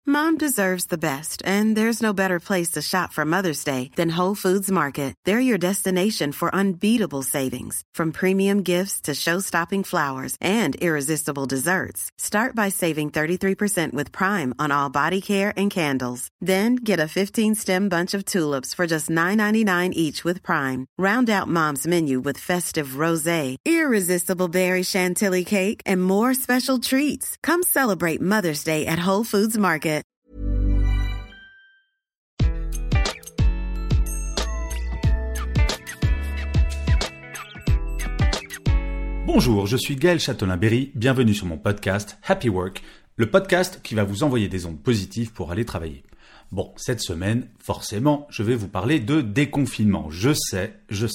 Mom deserves the best, and there's no better place to shop for Mother's Day than Whole Foods Market. They're your destination for unbeatable savings, from premium gifts to show-stopping flowers and irresistible desserts. Start by saving 33% with Prime on all body care and candles. Then get a 15-stem bunch of tulips for just $9.99 each with Prime. Round out Mom's menu with festive rosé, irresistible berry chantilly cake, and more special treats. Come celebrate Mother's Day at Whole Foods Market. Bonjour, je suis Gaël Châtelain-Berry, bienvenue sur mon podcast Happy Work, le podcast qui va vous envoyer des ondes positives pour aller travailler. Bon, cette semaine, forcément, je vais vous parler de déconfinement. Je sais,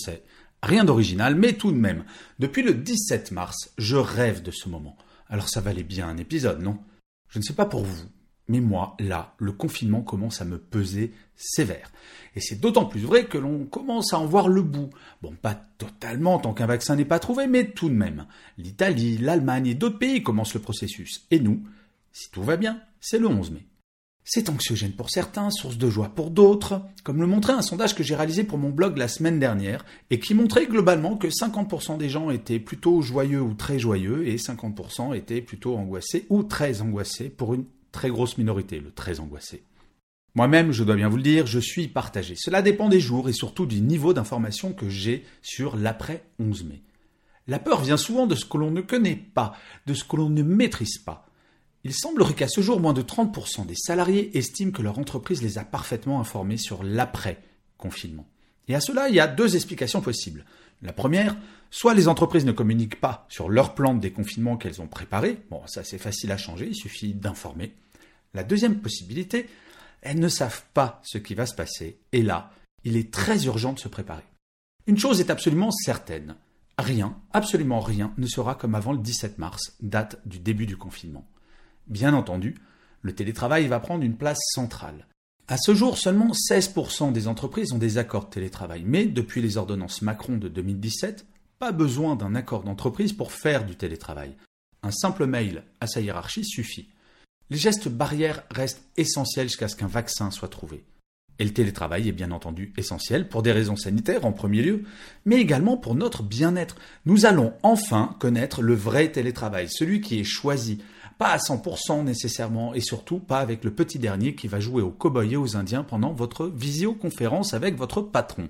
rien d'original, mais tout de même, depuis le 17 mars, je rêve de ce moment. Alors ça valait bien un épisode, non ? Je ne sais pas pour vous, mais moi, là, le confinement commence à me peser sévère. Et c'est d'autant plus vrai que l'on commence à en voir le bout. Bon, pas totalement tant qu'un vaccin n'est pas trouvé, mais tout de même. L'Italie, l'Allemagne et d'autres pays commencent le processus. Et nous, si tout va bien, c'est le 11 mai. C'est anxiogène pour certains, source de joie pour d'autres, comme le montrait un sondage que j'ai réalisé pour mon blog la semaine dernière et qui montrait globalement que 50% des gens étaient plutôt joyeux ou très joyeux et 50% étaient plutôt angoissés ou très angoissés pour une très grosse minorité, le très angoissé. Moi-même, je dois bien vous le dire, je suis partagé. Cela dépend des jours et surtout du niveau d'information que j'ai sur l'après 11 mai. La peur vient souvent de ce que l'on ne connaît pas, de ce que l'on ne maîtrise pas. Il semblerait qu'à ce jour, moins de 30% des salariés estiment que leur entreprise les a parfaitement informés sur l'après-confinement. Et à cela, il y a deux explications possibles. La première, soit les entreprises ne communiquent pas sur leur plan de déconfinement qu'elles ont préparé. Bon, ça c'est facile à changer, il suffit d'informer. La deuxième possibilité, elles ne savent pas ce qui va se passer. Et là, il est très urgent de se préparer. Une chose est absolument certaine. Rien, absolument rien, ne sera comme avant le 17 mars, date du début du confinement. Bien entendu, le télétravail va prendre une place centrale. À ce jour, seulement 16% des entreprises ont des accords de télétravail. Mais depuis les ordonnances Macron de 2017, pas besoin d'un accord d'entreprise pour faire du télétravail. Un simple mail à sa hiérarchie suffit. Les gestes barrières restent essentiels jusqu'à ce qu'un vaccin soit trouvé. Et le télétravail est bien entendu essentiel pour des raisons sanitaires en premier lieu, mais également pour notre bien-être. Nous allons enfin connaître le vrai télétravail, celui qui est choisi, pas à 100% nécessairement et surtout pas avec le petit dernier qui va jouer aux cow-boys et aux indiens pendant votre visioconférence avec votre patron.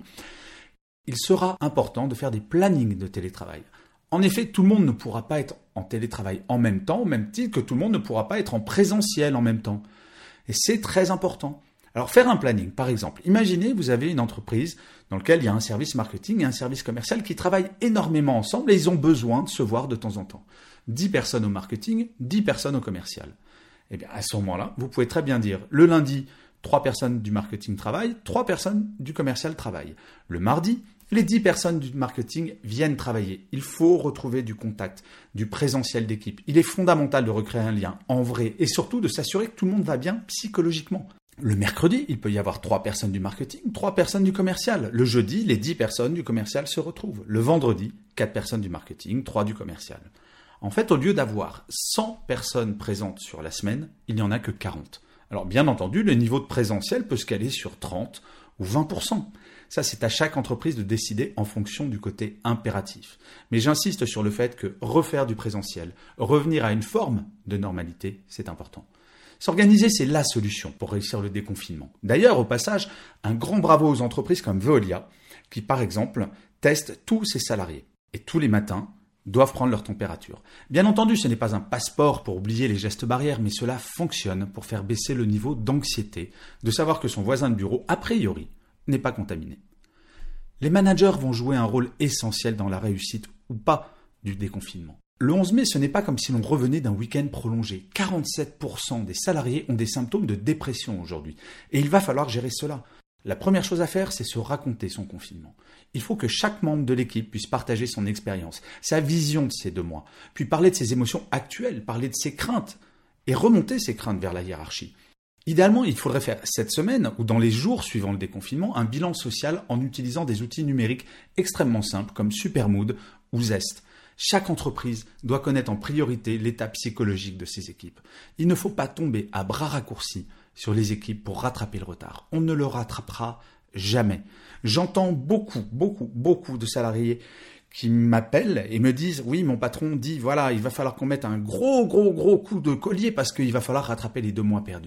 Il sera important de faire des plannings de télétravail. En effet, tout le monde ne pourra pas être en télétravail en même temps, au même titre que tout le monde ne pourra pas être en présentiel en même temps. Et c'est très important. Alors faire un planning, par exemple, imaginez vous avez une entreprise dans laquelle il y a un service marketing et un service commercial qui travaillent énormément ensemble et ils ont besoin de se voir de temps en temps. 10 personnes au marketing, 10 personnes au commercial. Eh bien, à ce moment-là, vous pouvez très bien dire, le lundi, 3 personnes du marketing travaillent, 3 personnes du commercial travaillent. Le mardi, les 10 personnes du marketing viennent travailler. Il faut retrouver du contact, du présentiel d'équipe. Il est fondamental de recréer un lien en vrai et surtout de s'assurer que tout le monde va bien psychologiquement. Le mercredi, il peut y avoir 3 personnes du marketing, 3 personnes du commercial. Le jeudi, les 10 personnes du commercial se retrouvent. Le vendredi, 4 personnes du marketing, 3 du commercial. En fait, au lieu d'avoir 100 personnes présentes sur la semaine, il n'y en a que 40. Alors bien entendu, le niveau de présentiel peut se caler sur 30 ou 20%. Ça, c'est à chaque entreprise de décider en fonction du côté impératif. Mais j'insiste sur le fait que refaire du présentiel, revenir à une forme de normalité, c'est important. S'organiser, c'est la solution pour réussir le déconfinement. D'ailleurs, au passage, un grand bravo aux entreprises comme Veolia, qui par exemple testent tous ses salariés. Et tous les matins, doivent prendre leur température. Bien entendu, ce n'est pas un passeport pour oublier les gestes barrières, mais cela fonctionne pour faire baisser le niveau d'anxiété, de savoir que son voisin de bureau, a priori, n'est pas contaminé. Les managers vont jouer un rôle essentiel dans la réussite ou pas du déconfinement. Le 11 mai, ce n'est pas comme si l'on revenait d'un week-end prolongé. 47% des salariés ont des symptômes de dépression aujourd'hui. Et il va falloir gérer cela. La première chose à faire, c'est se raconter son confinement. Il faut que chaque membre de l'équipe puisse partager son expérience, sa vision de ces 2 mois, puis parler de ses émotions actuelles, parler de ses craintes, et remonter ces craintes vers la hiérarchie. Idéalement, il faudrait faire cette semaine, ou dans les jours suivant le déconfinement, un bilan social en utilisant des outils numériques extrêmement simples comme Supermood ou Zest. Chaque entreprise doit connaître en priorité l'état psychologique de ses équipes. Il ne faut pas tomber à bras raccourcis sur les équipes pour rattraper le retard. On ne le rattrapera jamais. J'entends beaucoup de salariés qui m'appellent et me disent « Oui, mon patron dit, voilà, il va falloir qu'on mette un gros coup de collier parce qu'il va falloir rattraper les 2 mois perdus. »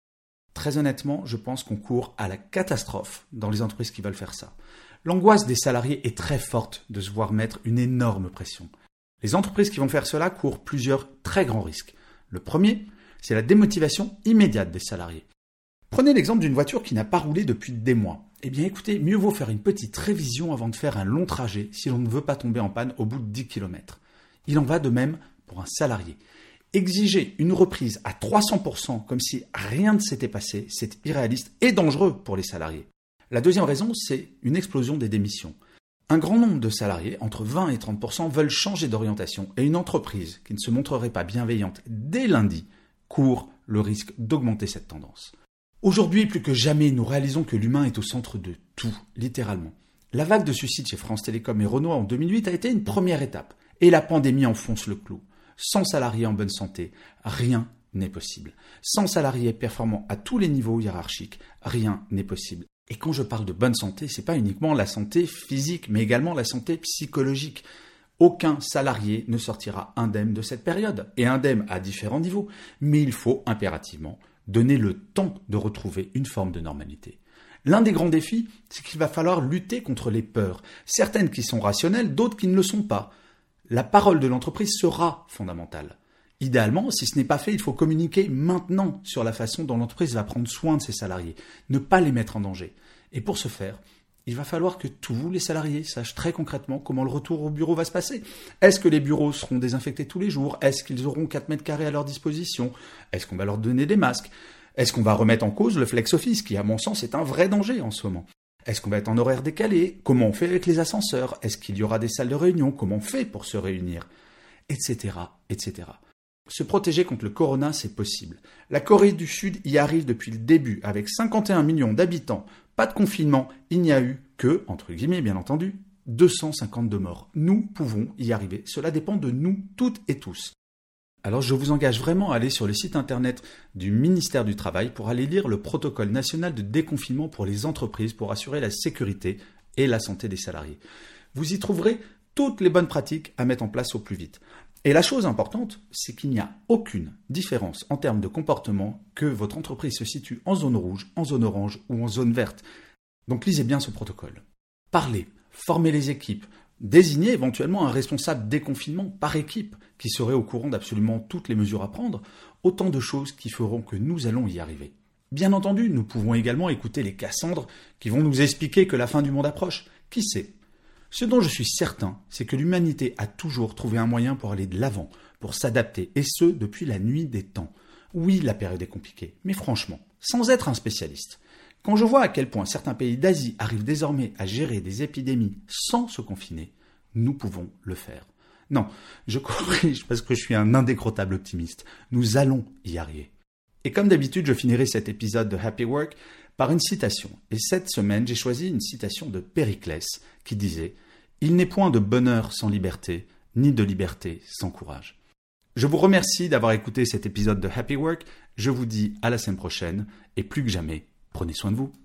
Très honnêtement, je pense qu'on court à la catastrophe dans les entreprises qui veulent faire ça. L'angoisse des salariés est très forte de se voir mettre une énorme pression. Les entreprises qui vont faire cela courent plusieurs très grands risques. Le premier, c'est la démotivation immédiate des salariés. Prenez l'exemple d'une voiture qui n'a pas roulé depuis des mois. Eh bien écoutez, mieux vaut faire une petite révision avant de faire un long trajet si l'on ne veut pas tomber en panne au bout de 10 km. Il en va de même pour un salarié. Exiger une reprise à 300% comme si rien ne s'était passé, c'est irréaliste et dangereux pour les salariés. La deuxième raison, c'est une explosion des démissions. Un grand nombre de salariés, entre 20 et 30%, veulent changer d'orientation et une entreprise qui ne se montrerait pas bienveillante dès lundi court le risque d'augmenter cette tendance. Aujourd'hui, plus que jamais, nous réalisons que l'humain est au centre de tout, littéralement. La vague de suicides chez France Télécom et Renault en 2008 a été une première étape et la pandémie enfonce le clou. Sans salariés en bonne santé, rien n'est possible. Sans salariés performants à tous les niveaux hiérarchiques, rien n'est possible. Et quand je parle de bonne santé, c'est pas uniquement la santé physique, mais également la santé psychologique. Aucun salarié ne sortira indemne de cette période, et indemne à différents niveaux, mais il faut impérativement donner le temps de retrouver une forme de normalité. L'un des grands défis, c'est qu'il va falloir lutter contre les peurs, certaines qui sont rationnelles, d'autres qui ne le sont pas. La parole de l'entreprise sera fondamentale. Idéalement, si ce n'est pas fait, il faut communiquer maintenant sur la façon dont l'entreprise va prendre soin de ses salariés, ne pas les mettre en danger. Et pour ce faire, il va falloir que tous les salariés sachent très concrètement comment le retour au bureau va se passer. Est-ce que les bureaux seront désinfectés tous les jours? Est-ce qu'ils auront 4 mètres carrés à leur disposition? Est-ce qu'on va leur donner des masques? Est-ce qu'on va remettre en cause le flex office qui, à mon sens, est un vrai danger en ce moment? Est-ce qu'on va être en horaire décalé? Comment on fait avec les ascenseurs? Est-ce qu'il y aura des salles de réunion? Comment on fait pour se réunir? Etc. Se protéger contre le corona, c'est possible. La Corée du Sud y arrive depuis le début. Avec 51 millions d'habitants, pas de confinement, il n'y a eu que, entre guillemets bien entendu, 252 morts. Nous pouvons y arriver. Cela dépend de nous toutes et tous. Alors je vous engage vraiment à aller sur le site internet du ministère du Travail pour aller lire le protocole national de déconfinement pour les entreprises pour assurer la sécurité et la santé des salariés. Vous y trouverez toutes les bonnes pratiques à mettre en place au plus vite. Et la chose importante, c'est qu'il n'y a aucune différence en termes de comportement que votre entreprise se situe en zone rouge, en zone orange ou en zone verte. Donc lisez bien ce protocole. Parlez, formez les équipes, désignez éventuellement un responsable déconfinement par équipe qui serait au courant d'absolument toutes les mesures à prendre, autant de choses qui feront que nous allons y arriver. Bien entendu, nous pouvons également écouter les Cassandres qui vont nous expliquer que la fin du monde approche. Qui sait ? Ce dont je suis certain, c'est que l'humanité a toujours trouvé un moyen pour aller de l'avant, pour s'adapter, et ce, depuis la nuit des temps. Oui, la période est compliquée, mais franchement, sans être un spécialiste, quand je vois à quel point certains pays d'Asie arrivent désormais à gérer des épidémies sans se confiner, nous pouvons le faire. Non, je corrige parce que je suis un indécrottable optimiste. Nous allons y arriver. Et comme d'habitude, je finirai cet épisode de Happy Work par une citation. Et cette semaine, j'ai choisi une citation de Périclès qui disait « Il n'est point de bonheur sans liberté, ni de liberté sans courage ». Je vous remercie d'avoir écouté cet épisode de Happy Work. Je vous dis à la semaine prochaine et plus que jamais, prenez soin de vous.